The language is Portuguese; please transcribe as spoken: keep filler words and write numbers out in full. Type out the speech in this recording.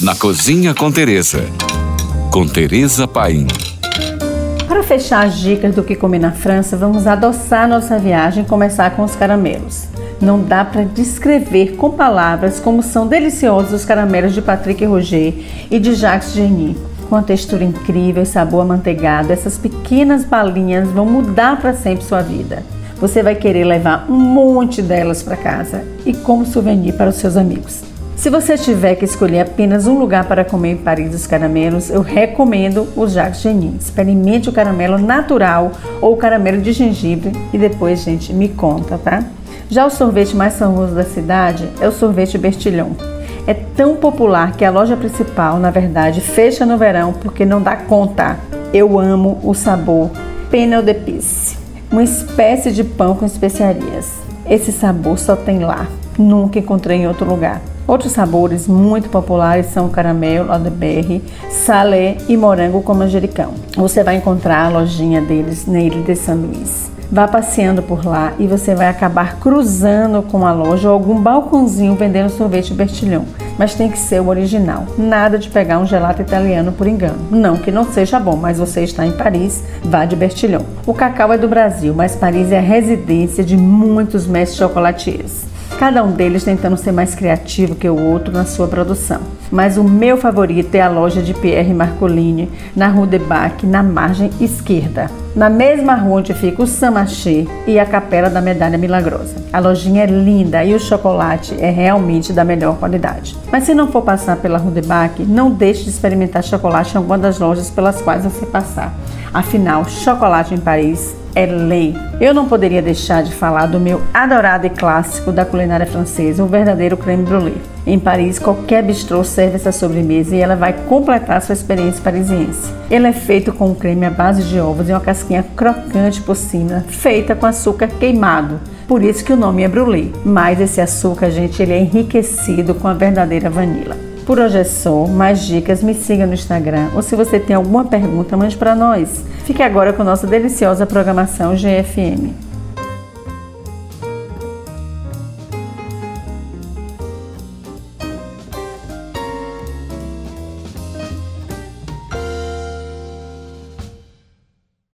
na Cozinha com Tereza, com Tereza Paim. Para fechar as dicas do que comer na França, vamos adoçar nossa viagem e começar com os caramelos. Não dá para descrever com palavras como são deliciosos os caramelos de Patrick Roger e de Jacques Genie. Com a textura incrível e sabor amanteigado, essas pequenas balinhas vão mudar para sempre sua vida. Você vai querer levar um monte delas para casa e como souvenir para os seus amigos. Se você tiver que escolher apenas um lugar para comer em Paris os caramelos, eu recomendo o Jacques Genie. Experimente o caramelo natural ou o caramelo de gengibre e depois, gente, me conta, tá? Já o sorvete mais famoso da cidade é o sorvete Bertillon. É tão popular que a loja principal, na verdade, fecha no verão porque não dá conta. Eu amo o sabor pain d'épices, uma espécie de pão com especiarias. Esse sabor só tem lá, nunca encontrei em outro lugar. Outros sabores muito populares são o caramelo, aldeberry, salé e morango com manjericão. Você vai encontrar a lojinha deles na Ilha de São Luís. Vá passeando por lá e você vai acabar cruzando com a loja ou algum balcãozinho vendendo sorvete Bertillon. Mas tem que ser o original. Nada de pegar um gelato italiano por engano. Não que não seja bom, mas você está em Paris, vá de Bertillon. O cacau é do Brasil, mas Paris é a residência de muitos mestres chocolatiers. Cada um deles tentando ser mais criativo que o outro na sua produção. Mas o meu favorito é a loja de Pierre Marcolini, na Rue de Bac, na margem esquerda. Na mesma rua onde fica o Saint-Marché e a Capela da Medalha Milagrosa. A lojinha é linda e o chocolate é realmente da melhor qualidade. Mas se não for passar pela Rue de Bac, não deixe de experimentar chocolate em alguma das lojas pelas quais você passar. Afinal, chocolate em Paris é lei. Eu não poderia deixar de falar do meu adorado e clássico da culinária francesa, o verdadeiro crème brûlée. Em Paris, qualquer bistrô serve essa sobremesa e ela vai completar sua experiência parisiense. Ele é feito com um creme à base de ovos e uma casquinha crocante por cima, feita com açúcar queimado. Por isso que o nome é brûlée. Mas esse açúcar, gente, ele é enriquecido com a verdadeira vanila. Por hoje é só. Mais dicas, me siga no Instagram. Ou se você tem alguma pergunta, mande para nós. Fique agora com nossa deliciosa programação G F M.